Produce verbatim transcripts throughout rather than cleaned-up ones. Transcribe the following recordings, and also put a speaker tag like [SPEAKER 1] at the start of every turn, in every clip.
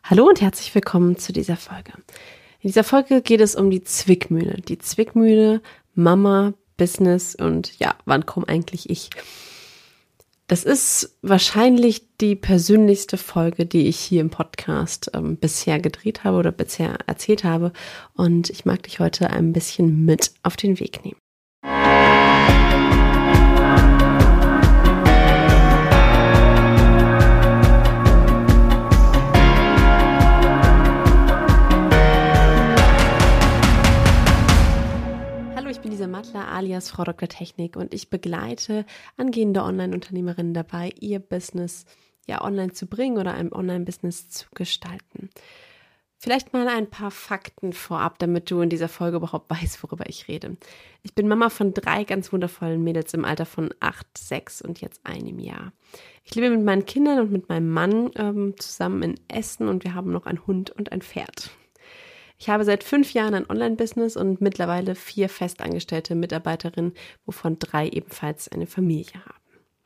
[SPEAKER 1] Hallo und herzlich willkommen zu dieser Folge. In dieser Folge geht es um die Zwickmühle. Die Zwickmühle, Mama, Business und ja, wann komme eigentlich ich? Das ist wahrscheinlich die persönlichste Folge, die ich hier im Podcast ähm, bisher gedreht habe oder bisher erzählt habe. Und ich mag dich heute ein bisschen mit auf den Weg nehmen. Mattler alias Frau Doktor Technik und ich begleite angehende Online-Unternehmerinnen dabei, ihr Business ja online zu bringen oder ein Online-Business zu gestalten. Vielleicht mal ein paar Fakten vorab, damit du in dieser Folge überhaupt weißt, worüber ich rede. Ich bin Mama von drei ganz wundervollen Mädels im Alter von acht, sechs und jetzt einem Jahr. Ich lebe mit meinen Kindern und mit meinem Mann ähm, zusammen in Essen und wir haben noch einen Hund und ein Pferd. Ich habe seit fünf Jahren ein Online-Business und mittlerweile vier festangestellte Mitarbeiterinnen, wovon drei ebenfalls eine Familie haben.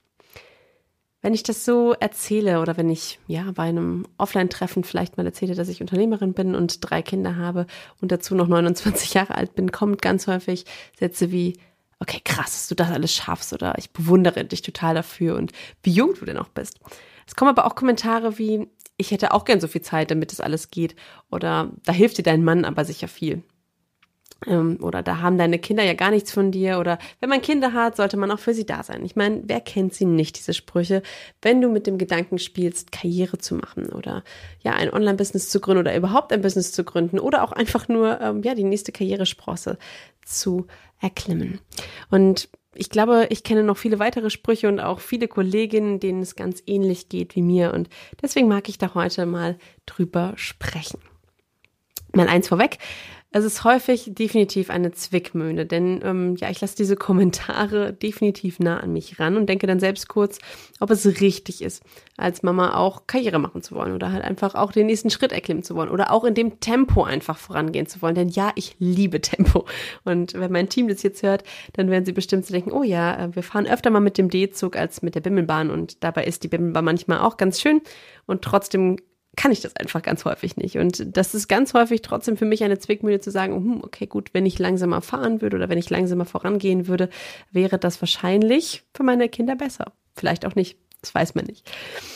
[SPEAKER 1] Wenn ich das so erzähle oder wenn ich ja bei einem Offline-Treffen vielleicht mal erzähle, dass ich Unternehmerin bin und drei Kinder habe und dazu noch neunundzwanzig Jahre alt bin, kommt ganz häufig Sätze wie, okay, krass, dass du das alles schaffst oder ich bewundere dich total dafür und wie jung du denn auch bist. Es kommen aber auch Kommentare wie, ich hätte auch gern so viel Zeit, damit das alles geht. Oder da hilft dir dein Mann aber sicher viel. Ähm, oder da haben deine Kinder ja gar nichts von dir. Oder wenn man Kinder hat, sollte man auch für sie da sein. Ich meine, wer kennt sie nicht, diese Sprüche, wenn du mit dem Gedanken spielst, Karriere zu machen oder ja ein Online-Business zu gründen oder überhaupt ein Business zu gründen oder auch einfach nur ähm, ja die nächste Karrieresprosse zu erklimmen. Und ich glaube, ich kenne noch viele weitere Sprüche und auch viele Kolleginnen, denen es ganz ähnlich geht wie mir. Und deswegen mag ich da heute mal drüber sprechen. Mal eins vorweg. Es ist häufig definitiv eine Zwickmühle, denn ähm, ja, ich lasse diese Kommentare definitiv nah an mich ran und denke dann selbst kurz, ob es richtig ist, als Mama auch Karriere machen zu wollen oder halt einfach auch den nächsten Schritt erklimmen zu wollen oder auch in dem Tempo einfach vorangehen zu wollen, denn ja, ich liebe Tempo und wenn mein Team das jetzt hört, dann werden sie bestimmt so denken, oh ja, wir fahren öfter mal mit dem D-Zug als mit der Bimmelbahn und dabei ist die Bimmelbahn manchmal auch ganz schön und trotzdem kann ich das einfach ganz häufig nicht. Und das ist ganz häufig trotzdem für mich eine Zwickmühle zu sagen, hm, okay, gut, wenn ich langsamer fahren würde oder wenn ich langsamer vorangehen würde, wäre das wahrscheinlich für meine Kinder besser. Vielleicht auch nicht, das weiß man nicht.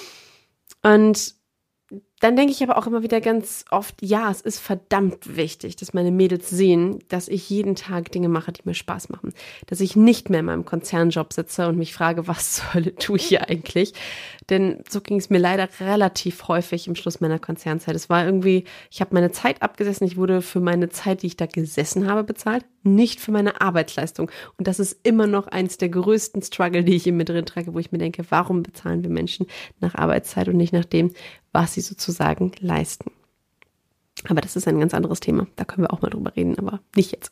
[SPEAKER 1] Und dann denke ich aber auch immer wieder ganz oft, ja, es ist verdammt wichtig, dass meine Mädels sehen, dass ich jeden Tag Dinge mache, die mir Spaß machen. Dass ich nicht mehr in meinem Konzernjob sitze und mich frage, was zur Hölle tue ich hier eigentlich? Denn so ging es mir leider relativ häufig im Schluss meiner Konzernzeit. Es war irgendwie, ich habe meine Zeit abgesessen, ich wurde für meine Zeit, die ich da gesessen habe, bezahlt, nicht für meine Arbeitsleistung. Und das ist immer noch eins der größten Struggle, die ich in mir drin trage, wo ich mir denke, warum bezahlen wir Menschen nach Arbeitszeit und nicht nach dem, was sie sozusagen leisten. Aber das ist ein ganz anderes Thema. Da können wir auch mal drüber reden, aber nicht jetzt.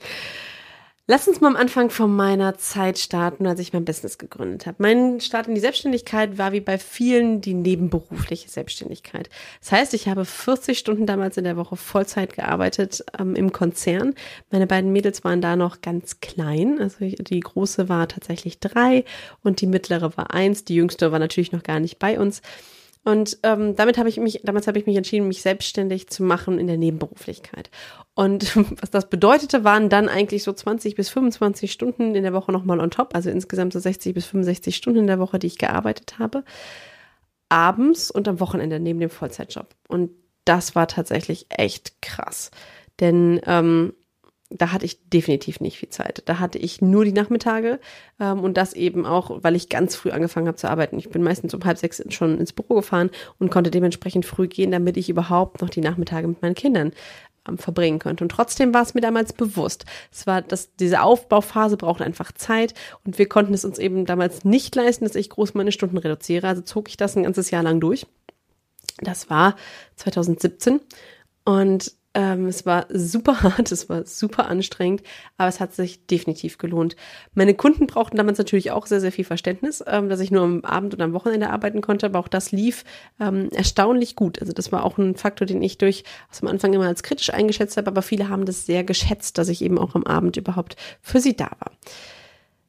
[SPEAKER 1] Lass uns mal am Anfang von meiner Zeit starten, als ich mein Business gegründet habe. Mein Start in die Selbstständigkeit war wie bei vielen die nebenberufliche Selbstständigkeit. Das heißt, ich habe vierzig Stunden damals in der Woche Vollzeit gearbeitet ähm, im Konzern. Meine beiden Mädels waren da noch ganz klein. Also die große war tatsächlich drei und die mittlere war eins. Die jüngste war natürlich noch gar nicht bei uns. Und ähm, damit habe ich mich, damals habe ich mich entschieden, mich selbstständig zu machen in der Nebenberuflichkeit. Und was das bedeutete, waren dann eigentlich so zwanzig bis fünfundzwanzig Stunden in der Woche nochmal on top, also insgesamt so sechzig bis fünfundsechzig Stunden in der Woche, die ich gearbeitet habe, abends und am Wochenende neben dem Vollzeitjob. Und das war tatsächlich echt krass, denn ähm, da hatte ich definitiv nicht viel Zeit. Da hatte ich nur die Nachmittage ähm, und das eben auch, weil ich ganz früh angefangen habe zu arbeiten. Ich bin meistens um halb sechs schon ins Büro gefahren und konnte dementsprechend früh gehen, damit ich überhaupt noch die Nachmittage mit meinen Kindern ähm, verbringen konnte. Und trotzdem war es mir damals bewusst. Es war, dass diese Aufbauphase braucht einfach Zeit und wir konnten es uns eben damals nicht leisten, dass ich groß meine Stunden reduziere. Also zog ich das ein ganzes Jahr lang durch. Das war zwanzig siebzehn und Ähm, es war super hart, es war super anstrengend, aber es hat sich definitiv gelohnt. Meine Kunden brauchten damals natürlich auch sehr, sehr viel Verständnis, ähm, dass ich nur am Abend und am Wochenende arbeiten konnte, aber auch das lief ähm, erstaunlich gut. Also das war auch ein Faktor, den ich durchaus am Anfang immer als kritisch eingeschätzt habe, aber viele haben das sehr geschätzt, dass ich eben auch am Abend überhaupt für sie da war.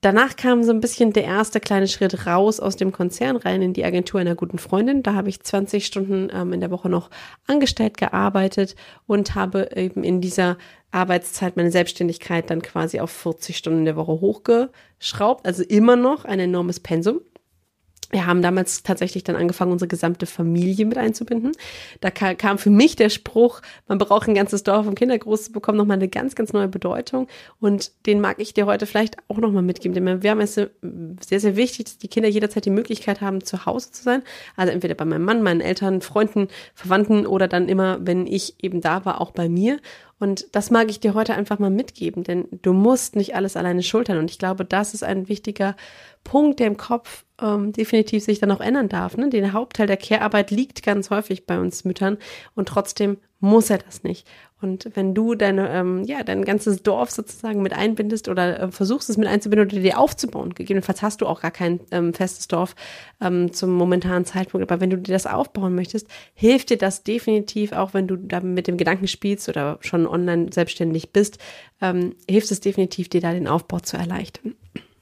[SPEAKER 1] danach kam so ein bisschen der erste kleine Schritt raus aus dem Konzern rein in die Agentur einer guten Freundin. Da habe ich zwanzig Stunden ähm, in der Woche noch angestellt gearbeitet und habe eben in dieser Arbeitszeit meine Selbstständigkeit dann quasi auf vierzig Stunden in der Woche hochgeschraubt. Also immer noch ein enormes Pensum. Wir haben damals tatsächlich dann angefangen, unsere gesamte Familie mit einzubinden. Da kam für mich der Spruch, man braucht ein ganzes Dorf, um Kinder groß zu bekommen, nochmal eine ganz, ganz neue Bedeutung. Und den mag ich dir heute vielleicht auch nochmal mitgeben. Denn wir haben es sehr, sehr wichtig, dass die Kinder jederzeit die Möglichkeit haben, zu Hause zu sein. Also entweder bei meinem Mann, meinen Eltern, Freunden, Verwandten oder dann immer, wenn ich eben da war, auch bei mir. Und das mag ich dir heute einfach mal mitgeben, denn du musst nicht alles alleine schultern. Und ich glaube, das ist ein wichtiger Punkt, der im Kopf ähm, definitiv sich dann auch ändern darf. Ne? Der Hauptteil der Care-Arbeit liegt ganz häufig bei uns Müttern und trotzdem muss er das nicht. Und wenn du deine, ähm, ja, dein ganzes Dorf sozusagen mit einbindest oder äh, versuchst es mit einzubinden oder dir aufzubauen, gegebenenfalls hast du auch gar kein ähm, festes Dorf ähm, zum momentanen Zeitpunkt, aber wenn du dir das aufbauen möchtest, hilft dir das definitiv, auch wenn du da mit dem Gedanken spielst oder schon online selbstständig bist, ähm, hilft es definitiv, dir da den Aufbau zu erleichtern.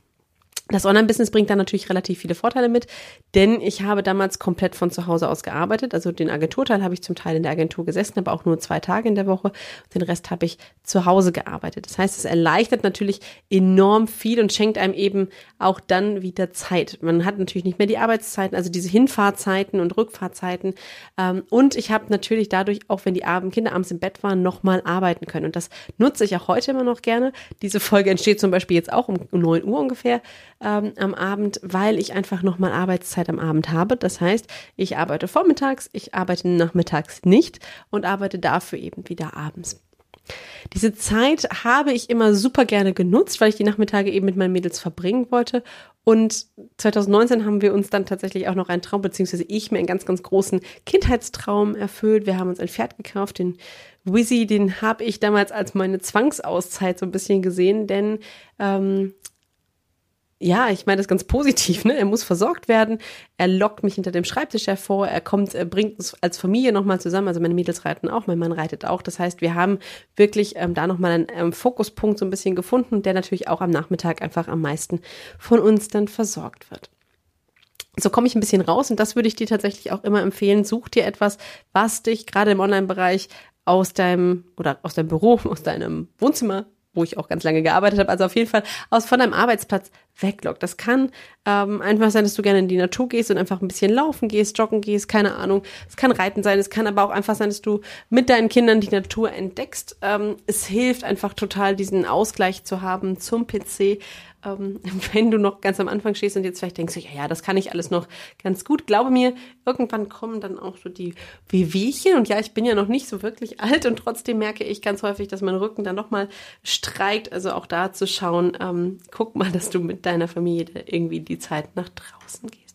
[SPEAKER 1] Das Online-Business bringt dann natürlich relativ viele Vorteile mit, denn ich habe damals komplett von zu Hause aus gearbeitet. Also den Agenturteil habe ich zum Teil in der Agentur gesessen, aber auch nur zwei Tage in der Woche. Den Rest habe ich zu Hause gearbeitet. Das heißt, es erleichtert natürlich enorm viel und schenkt einem eben auch dann wieder Zeit. Man hat natürlich nicht mehr die Arbeitszeiten, also diese Hinfahrzeiten und Rückfahrzeiten. Und ich habe natürlich dadurch, auch wenn die Kinder abends im Bett waren, nochmal arbeiten können. Und das nutze ich auch heute immer noch gerne. Diese Folge entsteht zum Beispiel jetzt auch um neun Uhr ungefähr. Ähm, am Abend, weil ich einfach nochmal Arbeitszeit am Abend habe. Das heißt, ich arbeite vormittags, ich arbeite nachmittags nicht und arbeite dafür eben wieder abends. Diese Zeit habe ich immer super gerne genutzt, weil ich die Nachmittage eben mit meinen Mädels verbringen wollte. Und zwanzig neunzehn haben wir uns dann tatsächlich auch noch einen Traum, beziehungsweise ich mir einen ganz, ganz großen Kindheitstraum erfüllt. Wir haben uns ein Pferd gekauft, den Wizzy, den habe ich damals als meine Zwangsauszeit so ein bisschen gesehen, denn ähm, ja, ich meine das ganz positiv, ne? Er muss versorgt werden, er lockt mich hinter dem Schreibtisch hervor, er kommt, er bringt uns als Familie nochmal zusammen, also meine Mädels reiten auch, mein Mann reitet auch, das heißt, wir haben wirklich ähm, da nochmal einen ähm, Fokuspunkt so ein bisschen gefunden, der natürlich auch am Nachmittag einfach am meisten von uns dann versorgt wird. So komme ich ein bisschen raus und das würde ich dir tatsächlich auch immer empfehlen, such dir etwas, was dich gerade im Online-Bereich aus deinem, oder aus deinem Büro, aus deinem Wohnzimmer, wo ich auch ganz lange gearbeitet habe, also auf jeden Fall aus von deinem Arbeitsplatz weglockt. Das kann ähm, einfach sein, dass du gerne in die Natur gehst und einfach ein bisschen laufen gehst, joggen gehst, keine Ahnung. Es kann Reiten sein, es kann aber auch einfach sein, dass du mit deinen Kindern die Natur entdeckst. Ähm, es hilft einfach total, diesen Ausgleich zu haben zum P C. Ähm, wenn du noch ganz am Anfang stehst und jetzt vielleicht denkst, ja, ja, das kann ich alles noch ganz gut. Glaube mir, irgendwann kommen dann auch so die Wehwehchen. Und ja, ich bin ja noch nicht so wirklich alt und trotzdem merke ich ganz häufig, dass mein Rücken dann nochmal streikt. Also auch da zu schauen, ähm, guck mal, dass du mit deiner Familie irgendwie die Zeit nach draußen gehst.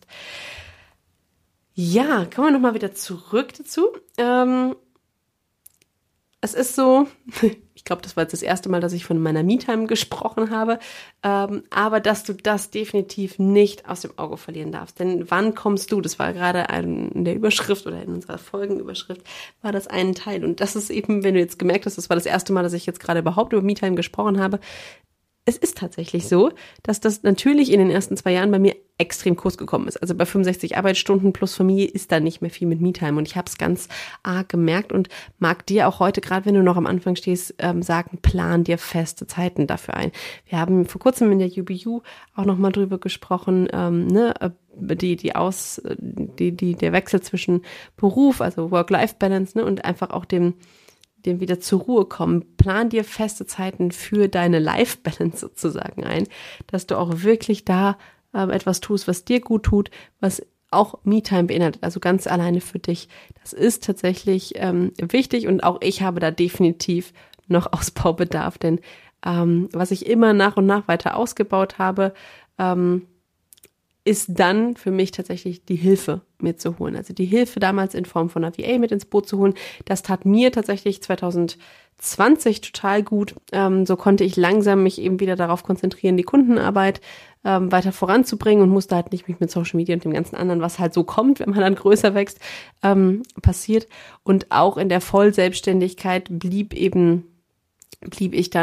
[SPEAKER 1] Ja, kommen wir nochmal wieder zurück dazu. Ähm, es ist so, ich glaube, das war jetzt das erste Mal, dass ich von meiner Me-Time gesprochen habe, ähm, aber dass du das definitiv nicht aus dem Auge verlieren darfst. Denn wann kommst du, das war gerade in der Überschrift oder in unserer Folgenüberschrift, war das ein Teil. Und das ist eben, wenn du jetzt gemerkt hast, das war das erste Mal, dass ich jetzt gerade überhaupt über Me-Time gesprochen habe, es ist tatsächlich so, dass das natürlich in den ersten zwei Jahren bei mir extrem kurz gekommen ist. Also bei fünfundsechzig Arbeitsstunden plus Familie ist da nicht mehr viel mit Me-Time. Und ich habe es ganz arg gemerkt und mag dir auch heute, gerade wenn du noch am Anfang stehst, ähm, sagen, plan dir feste Zeiten dafür ein. Wir haben vor kurzem in der U B U auch nochmal drüber gesprochen, ähm, ne, die, die aus, die, die, der Wechsel zwischen Beruf, also Work-Life-Balance, ne, und einfach auch dem dem wieder zur Ruhe kommen. Plan dir feste Zeiten für deine Life-Balance sozusagen ein, dass du auch wirklich da ähm, etwas tust, was dir gut tut, was auch Me-Time beinhaltet, also ganz alleine für dich. Das ist tatsächlich ähm, wichtig und auch ich habe da definitiv noch Ausbaubedarf, denn ähm, was ich immer nach und nach weiter ausgebaut habe, ähm, ist dann für mich tatsächlich die Hilfe mir zu holen. Also die Hilfe damals in Form von einer V A mit ins Boot zu holen, das tat mir tatsächlich zwanzig zwanzig total gut. Ähm, so konnte ich langsam mich eben wieder darauf konzentrieren, die Kundenarbeit ähm, weiter voranzubringen und musste halt nicht mich mit Social Media und dem ganzen anderen, was halt so kommt, wenn man dann größer wächst, ähm, passiert. Und auch in der Vollselbstständigkeit blieb eben blieb ich da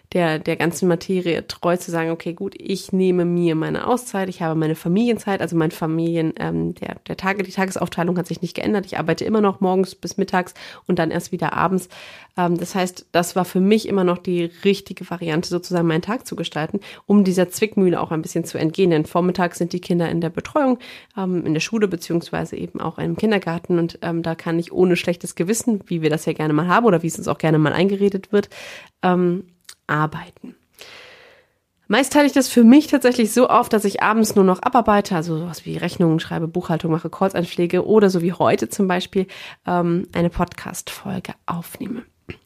[SPEAKER 1] der, der ganzen Materie treu zu sagen, okay, gut, ich nehme mir meine Auszeit, ich habe meine Familienzeit, also mein Familien, ähm, der, der Tage, die Tagesaufteilung hat sich nicht geändert. Ich arbeite immer noch morgens bis mittags und dann erst wieder abends. Ähm, das heißt, das war für mich immer noch die richtige Variante, sozusagen meinen Tag zu gestalten, um dieser Zwickmühle auch ein bisschen zu entgehen. Denn vormittags sind die Kinder in der Betreuung, ähm, in der Schule beziehungsweise eben auch im Kindergarten und ähm, da kann ich ohne schlechtes Gewissen, wie wir das ja gerne mal haben oder wie es uns auch gerne mal eingeredet wird, ähm, arbeiten. Meist teile ich das für mich tatsächlich so auf, dass ich abends nur noch abarbeite, also sowas wie Rechnungen schreibe, Buchhaltung mache, Calls einpflege oder so wie heute zum Beispiel ähm, eine Podcast-Folge aufnehme.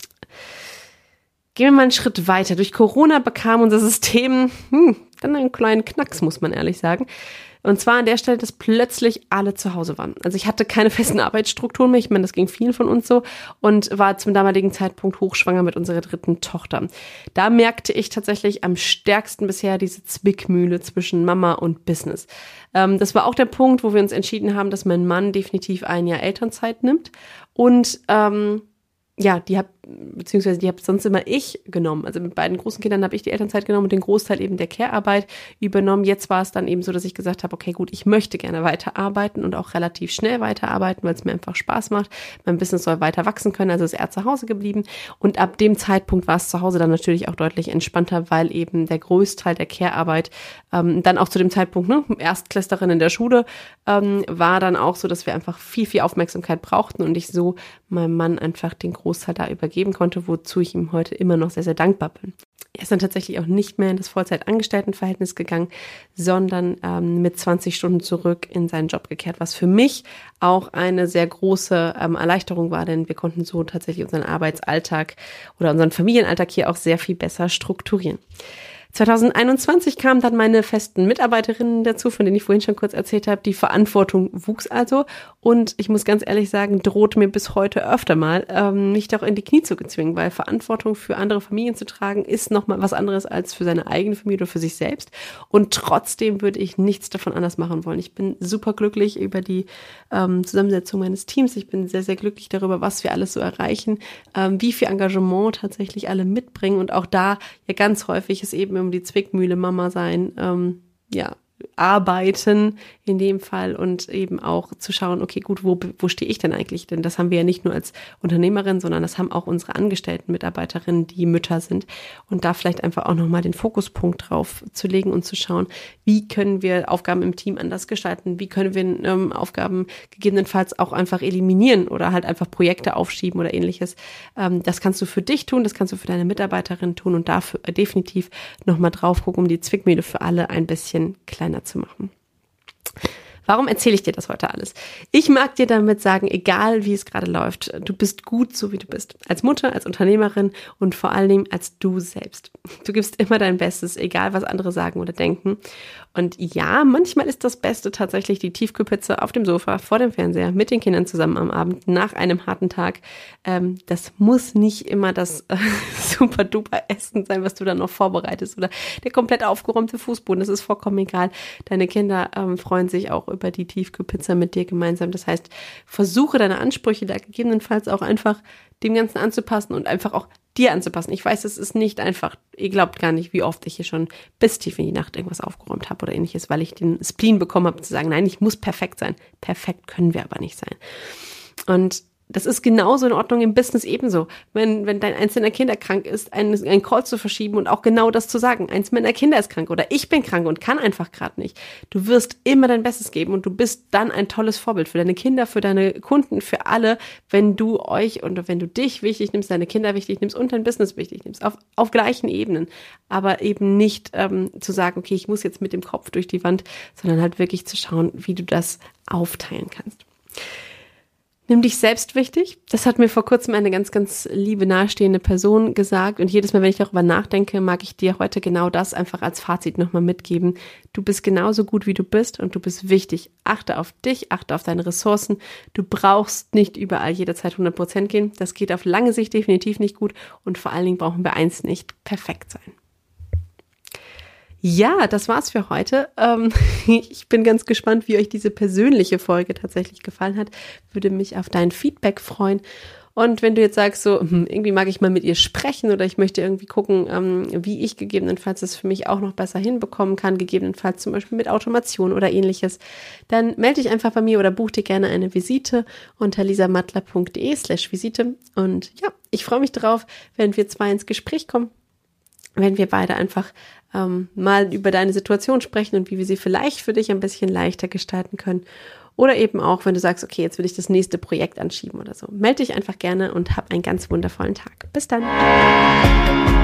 [SPEAKER 1] Gehen wir mal einen Schritt weiter. Durch Corona bekam unser System hm, dann einen kleinen Knacks, muss man ehrlich sagen. Und zwar an der Stelle, dass plötzlich alle zu Hause waren. Also ich hatte keine festen Arbeitsstrukturen mehr. Ich meine, das ging vielen von uns so und war zum damaligen Zeitpunkt hochschwanger mit unserer dritten Tochter. Da merkte ich tatsächlich am stärksten bisher diese Zwickmühle zwischen Mama und Business. Ähm, das war auch der Punkt, wo wir uns entschieden haben, dass mein Mann definitiv ein Jahr Elternzeit nimmt und ähm, ja, die hab, beziehungsweise die habe sonst immer ich genommen. Also mit beiden großen Kindern habe ich die Elternzeit genommen und den Großteil eben der Care-Arbeit übernommen. Jetzt war es dann eben so, dass ich gesagt habe, okay, gut, ich möchte gerne weiterarbeiten und auch relativ schnell weiterarbeiten, weil es mir einfach Spaß macht. Mein Business soll weiter wachsen können, also ist er zu Hause geblieben. Und ab dem Zeitpunkt war es zu Hause dann natürlich auch deutlich entspannter, weil eben der Großteil der Care-Arbeit ähm, dann auch zu dem Zeitpunkt, ne, Erstklässlerin in der Schule, ähm, war dann auch so, dass wir einfach viel, viel Aufmerksamkeit brauchten und ich so meinem Mann einfach den Großteil da übergeben konnte, wozu ich ihm heute immer noch sehr, sehr dankbar bin. Er ist dann tatsächlich auch nicht mehr in das Vollzeit-Angestelltenverhältnis gegangen, sondern ähm, mit zwanzig Stunden zurück in seinen Job gekehrt, was für mich auch eine sehr große ähm, Erleichterung war, denn wir konnten so tatsächlich unseren Arbeitsalltag oder unseren Familienalltag hier auch sehr viel besser strukturieren. zwanzig einundzwanzig kamen dann meine festen Mitarbeiterinnen dazu, von denen ich vorhin schon kurz erzählt habe. Die Verantwortung wuchs also und ich muss ganz ehrlich sagen, droht mir bis heute öfter mal, ähm, mich doch in die Knie zu zwingen, weil Verantwortung für andere Familien zu tragen ist nochmal was anderes als für seine eigene Familie oder für sich selbst und trotzdem würde ich nichts davon anders machen wollen. Ich bin super glücklich über die ähm, Zusammensetzung meines Teams. Ich bin sehr, sehr glücklich darüber, was wir alles so erreichen, ähm, wie viel Engagement tatsächlich alle mitbringen und auch da ja ganz häufig ist eben um die Zwickmühle Mama sein, ähm, ja, arbeiten in dem Fall und eben auch zu schauen, okay, gut, wo, wo stehe ich denn eigentlich? Denn das haben wir ja nicht nur als Unternehmerin, sondern das haben auch unsere angestellten Mitarbeiterinnen, die Mütter sind. Und da vielleicht einfach auch nochmal den Fokuspunkt drauf zu legen und zu schauen, wie können wir Aufgaben im Team anders gestalten? Wie können wir ähm, Aufgaben gegebenenfalls auch einfach eliminieren oder halt einfach Projekte aufschieben oder ähnliches? Ähm, das kannst du für dich tun, das kannst du für deine Mitarbeiterin tun und dafür äh, definitiv nochmal drauf gucken, um die Zwickmühle für alle ein bisschen kleiner zu machen. Warum erzähle ich dir das heute alles? Ich mag dir damit sagen, egal wie es gerade läuft, du bist gut, so wie du bist. Als Mutter, als Unternehmerin und vor allen Dingen als du selbst. Du gibst immer dein Bestes, egal was andere sagen oder denken. Und ja, manchmal ist das Beste tatsächlich die Tiefkühlpizza auf dem Sofa, vor dem Fernseher, mit den Kindern zusammen am Abend, nach einem harten Tag. Ähm, das muss nicht immer das äh, super duper Essen sein, was du dann noch vorbereitest oder der komplett aufgeräumte Fußboden. Das ist vollkommen egal. Deine Kinder ähm, freuen sich auch über die Tiefkühlpizza mit dir gemeinsam. Das heißt, versuche deine Ansprüche da gegebenenfalls auch einfach dem Ganzen anzupassen und einfach auch dir anzupassen. Ich weiß, es ist nicht einfach. Ihr glaubt gar nicht, wie oft ich hier schon bis tief in die Nacht irgendwas aufgeräumt habe oder ähnliches, weil ich den Spleen bekommen habe, zu sagen, nein, ich muss perfekt sein. Perfekt können wir aber nicht sein. Und das ist genauso in Ordnung im Business ebenso. Wenn, wenn dein einzelner Kind krank ist, einen, einen Call zu verschieben und auch genau das zu sagen. Eins meiner Kinder ist krank oder ich bin krank und kann einfach gerade nicht. Du wirst immer dein Bestes geben und du bist dann ein tolles Vorbild für deine Kinder, für deine Kunden, für alle, wenn du euch und wenn du dich wichtig nimmst, deine Kinder wichtig nimmst und dein Business wichtig nimmst. Auf, auf gleichen Ebenen. Aber eben nicht ähm, zu sagen, okay, ich muss jetzt mit dem Kopf durch die Wand, sondern halt wirklich zu schauen, wie du das aufteilen kannst. Nimm dich selbst wichtig. Das hat mir vor kurzem eine ganz, ganz liebe, nahestehende Person gesagt. Und jedes Mal, wenn ich darüber nachdenke, mag ich dir heute genau das einfach als Fazit nochmal mitgeben. Du bist genauso gut, wie du bist und du bist wichtig. Achte auf dich, achte auf deine Ressourcen. Du brauchst nicht überall jederzeit hundert Prozent gehen. Das geht auf lange Sicht definitiv nicht gut. Und vor allen Dingen brauchen wir eins nicht: perfekt sein. Ja, das war's für heute. Ähm, ich bin ganz gespannt, wie euch diese persönliche Folge tatsächlich gefallen hat. Würde mich auf dein Feedback freuen. Und wenn du jetzt sagst, so hm, irgendwie mag ich mal mit ihr sprechen oder ich möchte irgendwie gucken, ähm, wie ich gegebenenfalls das für mich auch noch besser hinbekommen kann, gegebenenfalls zum Beispiel mit Automation oder ähnliches, dann melde dich einfach bei mir oder buch dir gerne eine Visite unter lisamattler.de slash Visite. Und ja, ich freue mich drauf, wenn wir zwei ins Gespräch kommen, wenn wir beide einfach ähm, mal über deine Situation sprechen und wie wir sie vielleicht für dich ein bisschen leichter gestalten können. Oder eben auch, wenn du sagst, okay, jetzt will ich das nächste Projekt anschieben oder so. Melde dich einfach gerne und hab einen ganz wundervollen Tag. Bis dann.